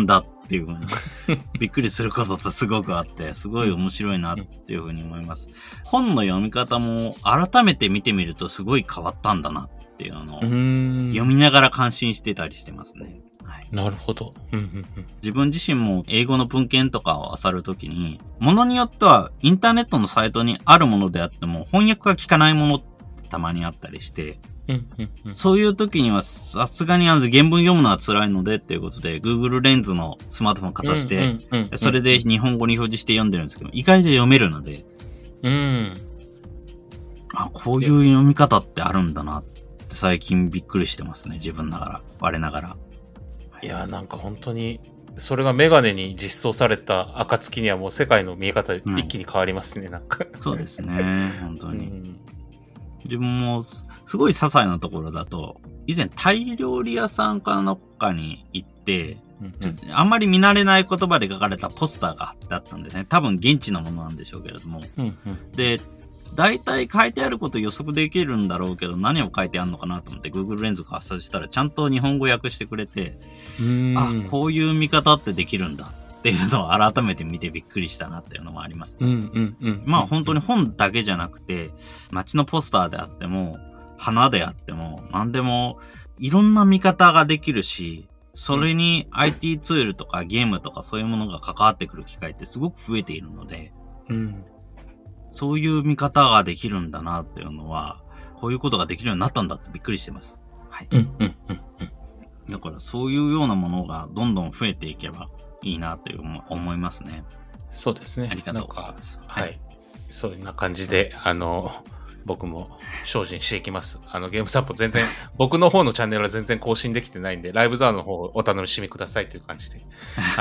っていうふうにびっくりすることってすごくあって、すごい面白いなっていうふうに思います。本の読み方も改めて見てみるとすごい変わったんだなっていうのを読みながら感心してたりしてますね。はい、 なるほど。 自分自身も英語の文献とかを漁るときに、ものによってはインターネットのサイトにあるものであっても翻訳が効かないものってたまにあったりして、そういう時にはさすがに原文読むのは辛いのでっていうことで Google レンズのスマートフォンかざして、それで日本語に表示して読んでるんですけど、意外と読めるので、こういう読み方ってあるんだなって最近びっくりしてますね。自分ながら、我ながら。 いや、なんか本当に、それがメガネに実装された暁にはもう世界の見え方一気に変わりますね、なんか。 そうですね、本当に。自分もすごい些細なところだと、以前タイ料理屋さんかどっかに行って、あんまり見慣れない言葉で書かれたポスターが貼ってあったんですね。多分現地のものなんでしょうけれども。で、大体書いてあること予測できるんだろうけど、何を書いてあるのかなと思って Google レンズが発射したらちゃんと日本語訳してくれて、こういう見方ってできるんだっていうのを改めて見てびっくりしたなっていうのもありますね。本当に本だけじゃなくて、街のポスターであっても、花であっても、何でもいろんな見方ができるし、それに IT ツールとかゲームとかそういうものが関わってくる機会ってすごく増えているので、そういう見方ができるんだなっていうのは、こういうことができるようになったんだってびっくりしてます。はい。だからそういうようなものがどんどん増えていけばいいなと思いますね。 そうですね。 ありがとうございます。 はい。そういうな感じで、僕も精進していきます。ゲーム散歩全然、僕の方のチャンネルは全然更新できてないんで、ライブドアの方をお楽しみくださいという感じで。はい。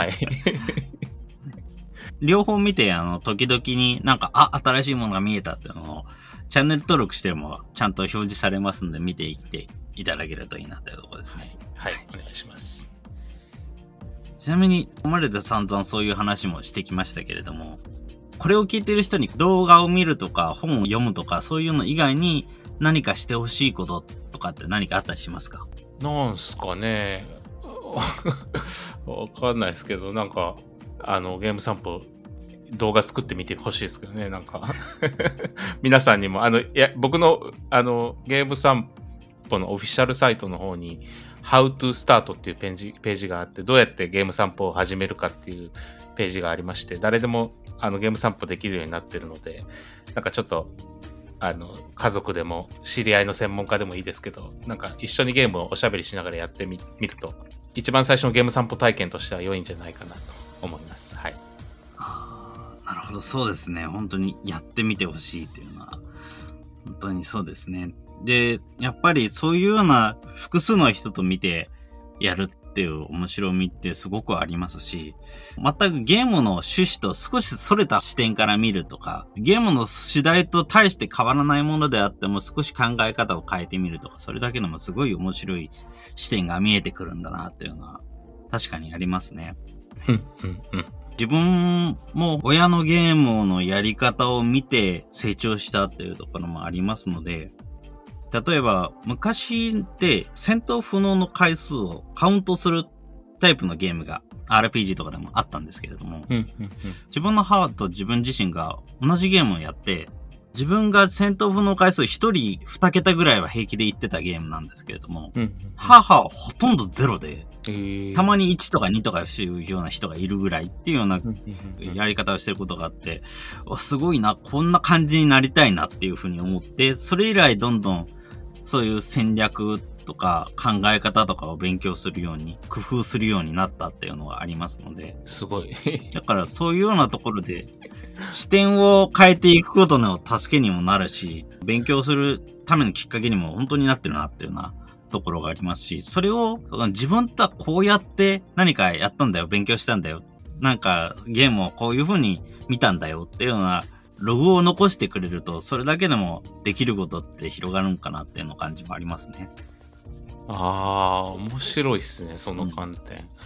両方見て、時々になんか、新しいものが見えたっていうのを、チャンネル登録してもちゃんと表示されますんで、見ていっていただけるといいなというところですね。 はい、お願いします。 ちなみに、ここまでで散々そういう話もしてきましたけれども、これを聞いている人に動画を見るとか、本を読むとか、そういうの以外に何かしてほしいこととかって何かあったりしますか？ なんすかね。わかんないですけど、なんか、ゲーム散歩、動画作ってみてほしいですけどね、なんか。皆さんにも、僕の、ゲーム散歩のオフィシャルサイトの方に、How to Start っていうページがあって、どうやってゲーム散歩を始めるかっていうページがありまして、誰でも、ゲーム散歩できるようになってるので、なんかちょっと、家族でも、知り合いの専門家でもいいですけど、なんか一緒にゲームをおしゃべりしながらやってみると、一番最初のゲーム散歩体験としては良いんじゃないかなと思います。はい。 なるほど、そうですね。本当にやってみてほしいっていうのは、本当にそうですね。で、やっぱりそういうような複数の人と見てやるっていう面白みってすごくありますし、全くゲームの趣旨と少し逸れた視点から見るとか、ゲームの主題と大して変わらないものであっても少し考え方を変えてみるとか、それだけでもすごい面白い視点が見えてくるんだなっていうのは確かにありますね。自分も親のゲームのやり方を見て成長したっていうところもありますので、例えば昔って戦闘不能の回数をカウントするタイプのゲームが RPG とかでもあったんですけれども、自分の母と自分自身が同じゲームをやって、自分が戦闘不能回数1人2桁ぐらいは平気で言ってたゲームなんですけれども、母はほとんどゼロで、たまに1とか2とかいうような人がいるぐらいっていうようなやり方をしてることがあって、すごいな、こんな感じになりたいなっていうふうに思って、それ以来どんどんそういう戦略とか考え方とかを勉強するように、工夫するようになったっていうのがありますので。 すごい。 だからそういうようなところで視点を変えていくことの助けにもなるし、勉強するためのきっかけにも本当になってるなっていうようなところがありますし、それを自分とはこうやって何かやったんだよ、勉強したんだよ、なんかゲームをこういう風に見たんだよっていうようなログを残してくれると、それだけでもできることって広がるんかなっていうの感じもありますね。 面白いっすね、その観点。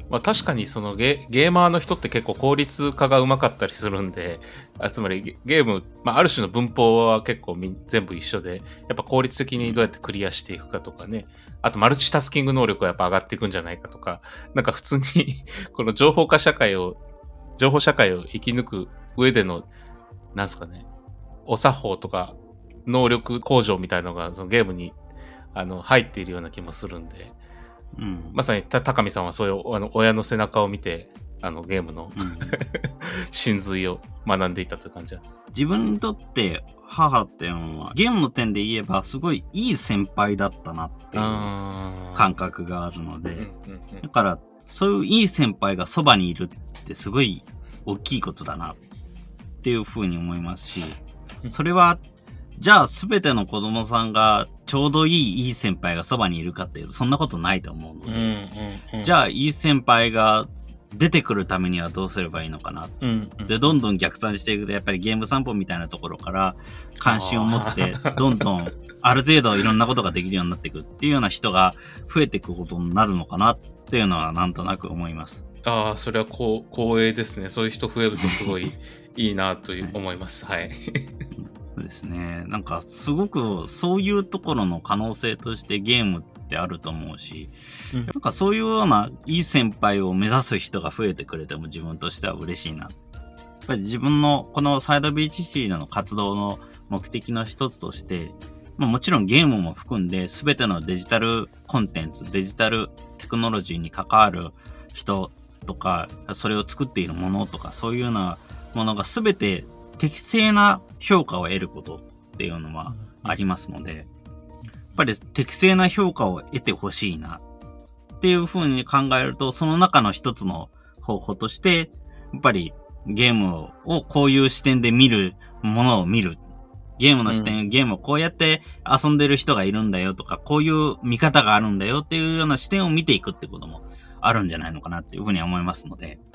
まあ確かにそのゲーマーの人って結構効率化がうまかったりするんで、つまりゲーム、まあある種の文法は結構全部一緒で、やっぱ効率的にどうやってクリアしていくかとかね、あとマルチタスキング能力がやっぱ上がっていくんじゃないかとか、なんか普通にこの情報社会を生き抜く上での、なんすかね、お作法とか能力向上みたいなのがそのゲームに入っているような気もするんで、 うん、 まさに高見さんはそういう親の背中を見てゲームの、うん、真髄を学んでいたという感じなんです。 自分にとって母っていうのはゲームの点で言えばすごいいい先輩だったなっていう感覚があるので、だからそういういい先輩がそばにいるってすごい大きいことだなっていうふうに思いますし、それはじゃあ全ての子供さんがちょうどいい先輩がそばにいるかっていうとそんなことないと思うので、じゃあいい先輩が出てくるためにはどうすればいいのかな、でどんどん逆算していくとやっぱりゲーム散歩みたいなところから関心を持ってどんどんある程度いろんなことができるようになっていくっていうような人が増えていくことになるのかなっていうのはなんとなく思います。 ああ、それは光栄ですね。そういう人増えるとすごいいいなと思います。はい。 そうですね。なんかすごくそういうところの可能性としてゲームってあると思うし、なんかそういうようないい先輩を目指す人が増えてくれても自分としては嬉しいな。やっぱり自分のこのサイドビーチシティの活動の目的の一つとして、まあもちろんゲームも含んで全てのデジタルコンテンツ、デジタルテクノロジーに関わる人とか、それを作っているものとか、そういうようなものが全て適正な評価を得ることっていうのはありますので、やっぱり適正な評価を得てほしいなっていうふうに考えると、その中の一つの方法として、やっぱりゲームをこういう視点で見るものを見る。ゲームの視点、ゲームをこうやって遊んでる人がいるんだよとか、こういう見方があるんだよっていうような視点を見ていくってこともあるんじゃないのかなっていうふうに思いますので、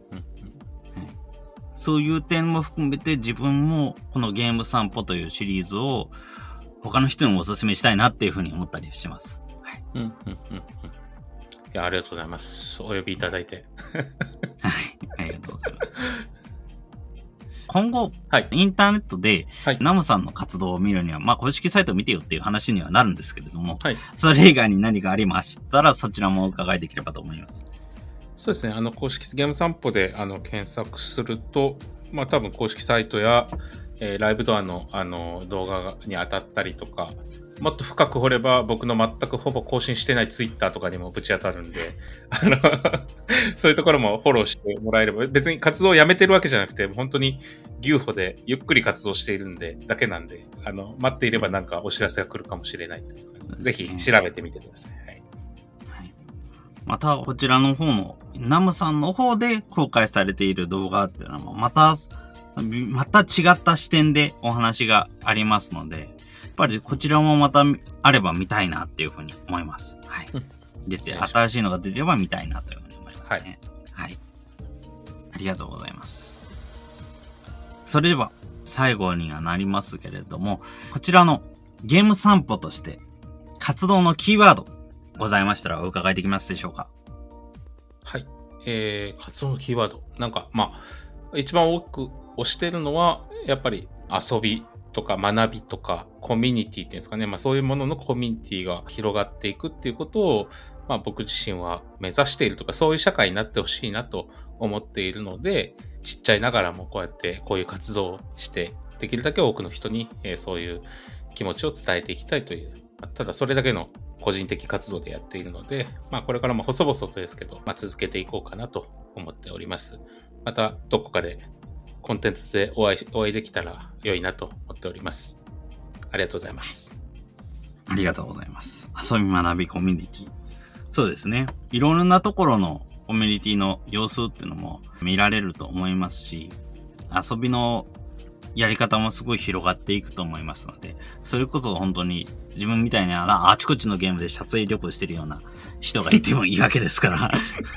そういう点も含めて自分もこのゲーム散歩というシリーズを他の人にもお勧めしたいなっていうふうに思ったりしてます。はい。 いや、ありがとうございます。お呼びいただいて。 はい。ありがとうございます。今後、インターネットで、ナムさんの活動を見るには、まあ、公式サイトを見てよっていう話にはなるんですけれども、それ以外に何かありましたら、そちらもお伺いできればと思います。 そうですね。公式ゲーム散歩で検索すると、まあ多分公式サイトや、ライブドアの動画に当たったりとか、もっと深く掘れば僕の全くほぼ更新してないツイッターとかにもぶち当たるんで、そういうところもフォローしてもらえれば、別に活動をやめてるわけじゃなくて、本当に牛歩でゆっくり活動しているんで、だけなんで、待っていればなんかお知らせが来るかもしれないというか、ぜひ調べてみてください。 また、こちらの方の、ナムさんの方で公開されている動画っていうのも、また違った視点でお話がありますので、やっぱりこちらもまたあれば見たいなっていうふうに思います。はい。新しいのが出てれば見たいなというふうに思いますね。はい。ありがとうございます。それでは、最後にはなりますけれども、こちらのゲーム散歩として活動のキーワード、ございましたらお伺いできますでしょうか。 はい。活動のキーワード。なんか、まあ、一番多く推してるのは、やっぱり遊びとか学びとかコミュニティっていうんですかね。まあそういうもののコミュニティが広がっていくっていうことを、まあ僕自身は目指しているとか、そういう社会になってほしいなと思っているので、ちっちゃいながらもこうやってこういう活動をして、できるだけ多くの人に、そういう気持ちを伝えていきたいという、ただそれだけの個人的活動でやっているので、まあこれからも細々とですけど、まあ続けていこうかなと思っております。またどこかでコンテンツでお会いできたら良いなと思っております。ありがとうございます。 ありがとうございます。遊び学びコミュニティ。そうですね。いろんなところのコミュニティの様子っていうのも見られると思いますし、遊びのやり方もすごい広がっていくと思いますので、それこそ本当に自分みたいなあちこちのゲームで撮影旅行してるような人がいてもいいわけですから。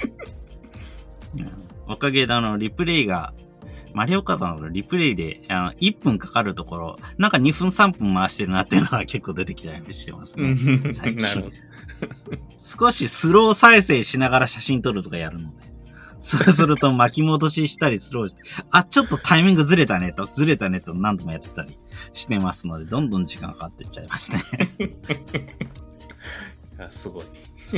おかげでリプレイが、マリオカートのリプレイで1分かかるところ、なんか2分3分回してるなっていうのは結構出てきたりしてますね。最近。 少しスロー再生しながら写真撮るとかやるので。そうすると巻き戻ししたりスローして、ちょっとタイミングずれたねと何度もやってたりしてますので、どんどん時間かかっていっちゃいますね。 いや、すごい。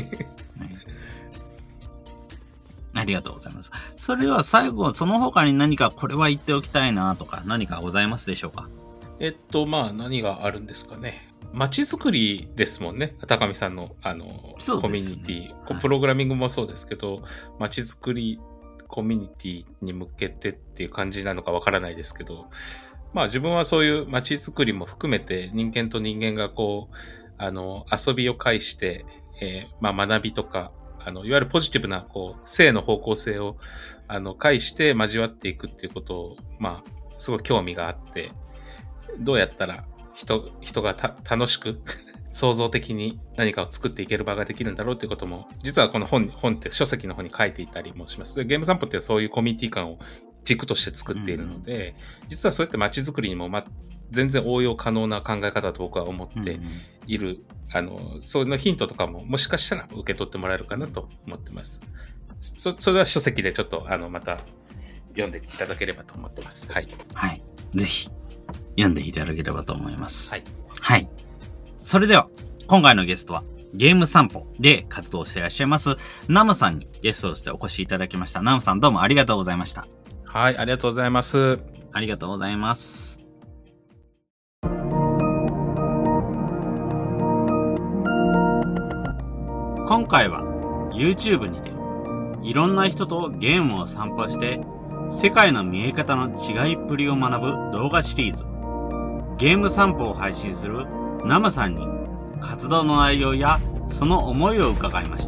ありがとうございます。それでは最後、その他に何かこれは言っておきたいなとか何かございますでしょうか？ 何があるんですかね。街づくりですもんね。高見さんの、コミュニティ、はい、プログラミングもそうですけど、街づくりコミュニティに向けてっていう感じなのかわからないですけど、自分はそういう街づくりも含めて人間と人間がこう、遊びを介して、学びとか、いわゆるポジティブな、性の方向性を、介して交わっていくっていうことを、すごい興味があって、どうやったら人が楽しく創造的に何かを作っていける場ができるんだろうということも、実はこの本って書籍の方に書いていたりもします。ゲーム散歩ってそういうコミュニティ感を軸として作っているので、実はそうやって街づくりにも全然応用可能な考え方と僕は思っている。そのヒントとかももしかしたら受け取ってもらえるかなと思ってます。それは書籍でちょっとまた読んでいただければと思ってます。はい。 はい。ぜひ読んでいただければと思います。 はい。 はい。それでは、今回のゲストは、ゲーム散歩で活動していらっしゃいます、ナムさんにゲストとしてお越しいただきました。ナムさんどうもありがとうございました。 はい、ありがとうございます。 ありがとうございます。今回は YouTube にていろんな人とゲームを散歩して世界の見え方の違いっぷりを学ぶ動画シリーズゲーム散歩を配信するナムさんに活動の内容やその思いを伺いました。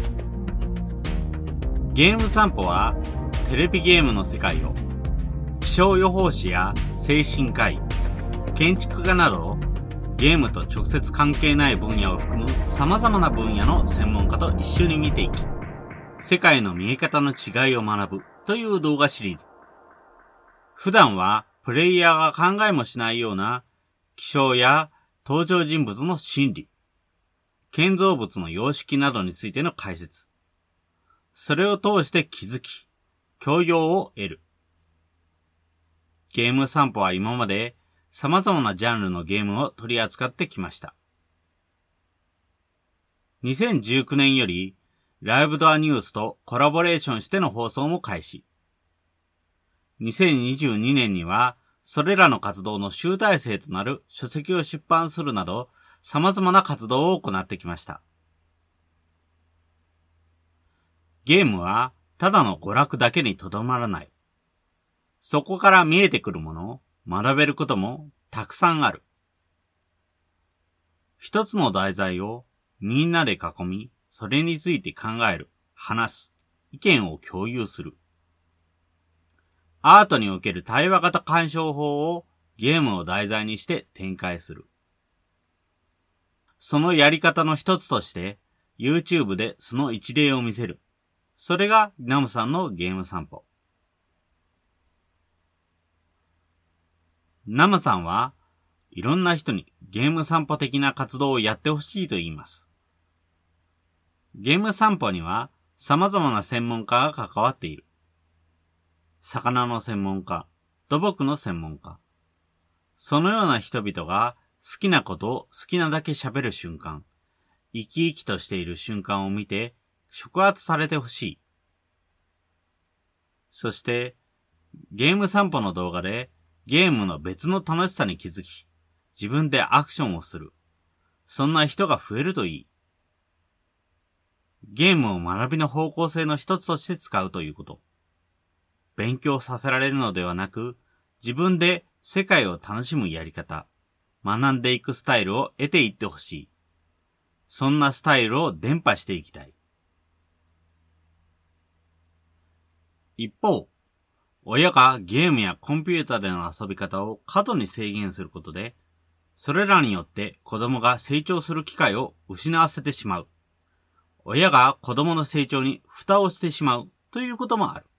ゲーム散歩はテレビゲームの世界を気象予報士や精神科医、建築家などゲームと直接関係ない分野を含む様々な分野の専門家と一緒に見ていき、世界の見え方の違いを学ぶという動画シリーズ。普段はプレイヤーが考えもしないような気象や登場人物の心理、建造物の様式などについての解説。それを通して気づき、教養を得る。ゲーム散歩は今まで様々なジャンルのゲームを取り扱ってきました。2019年よりライブドアニュースとコラボレーションしての放送も開始。2022年にはそれらの活動の集大成となる書籍を出版するなど様々な活動を行ってきました。ゲームはただの娯楽だけにとどまらない。そこから見えてくるもの、学べることもたくさんある。一つの題材をみんなで囲み、それについて考える、話す、意見を共有する。アートにおける対話型鑑賞法をゲームを題材にして展開する。そのやり方の一つとして YouTube でその一例を見せる。それがナムさんのゲーム散歩。ナムさんはいろんな人にゲーム散歩的な活動をやってほしいと言います。ゲーム散歩には様々な専門家が関わっている。魚の専門家、土木の専門家。そのような人々が好きなことを好きなだけ喋る瞬間、生き生きとしている瞬間を見て触発されてほしい。そして、ゲーム散歩の動画でゲームの別の楽しさに気づき、自分でアクションをする。そんな人が増えるといい。ゲームを学びの方向性の一つとして使うということ。勉強させられるのではなく、自分で世界を楽しむやり方、学んでいくスタイルを得ていってほしい。そんなスタイルを伝播していきたい。一方、親がゲームやコンピュータでの遊び方を過度に制限することで、それらによって子供が成長する機会を失わせてしまう。親が子供の成長に蓋をしてしまうということもある。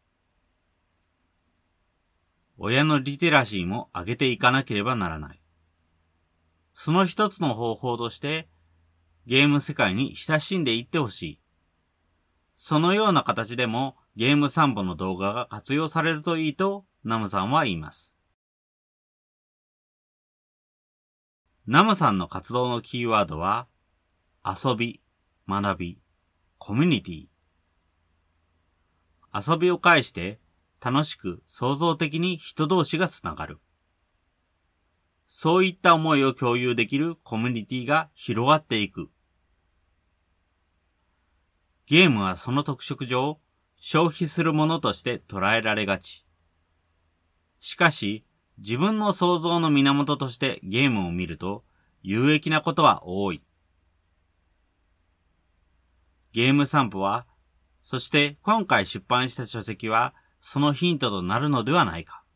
親のリテラシーも上げていかなければならない。その一つの方法として、 ゲーム世界に親しんでいってほしい。そのような形でもゲーム散歩の動画が活用されるといいとナムさんは言います。ナムさんの活動のキーワードは、遊び、学び、コミュニティ。遊びを介して楽しく創造的に人同士がつながる。そういった思いを共有できるコミュニティが広がっていく。ゲームはその特色上、消費するものとして捉えられがち。しかし、自分の創造の源としてゲームを見ると、有益なことは多い。ゲーム散歩は、そして今回出版した書籍は、そのヒントとなるのではないか。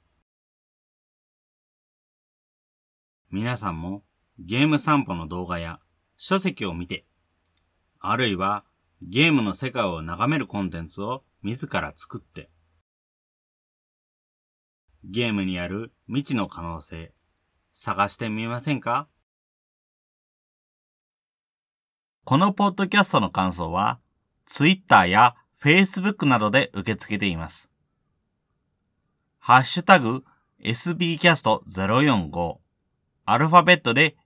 皆さんもゲーム散歩の動画や書籍を見て、あるいはゲームの世界を眺めるコンテンツを自ら作って、ゲームにある未知の可能性、探してみませんか？このポッドキャストの感想は、Twitter や Facebook などで受け付けています。ハッシュタグ sbcast045 アルファベットで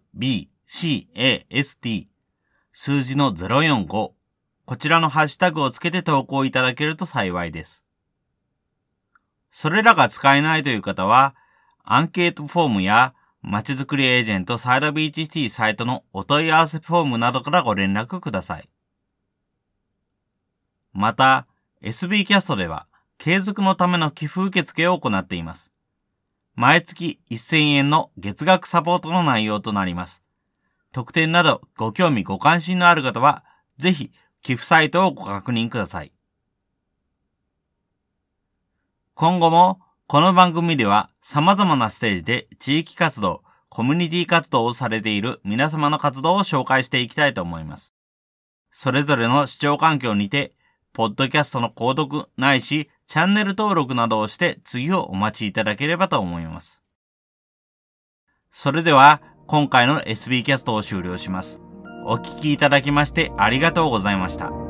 sbcast 数字の045こちらのハッシュタグをつけて投稿いただけると幸いです。それらが使えないという方は、アンケートフォームやまちづくりエージェントサイドビーチシティサイトのお問い合わせフォームなどからご連絡ください。また、SB キャストでは継続のための寄付受付を行っています。毎月1000円の月額サポートの内容となります。特典などご興味ご関心のある方は、ぜひ寄付サイトをご確認ください。今後もこの番組では様々なステージで地域活動、コミュニティ活動をされている皆様の活動を紹介していきたいと思います。それぞれの視聴環境にて、ポッドキャストの購読ないしチャンネル登録などをして次をお待ちいただければと思います。それでは今回の SB キャストを終了します。お聞きいただきましてありがとうございました。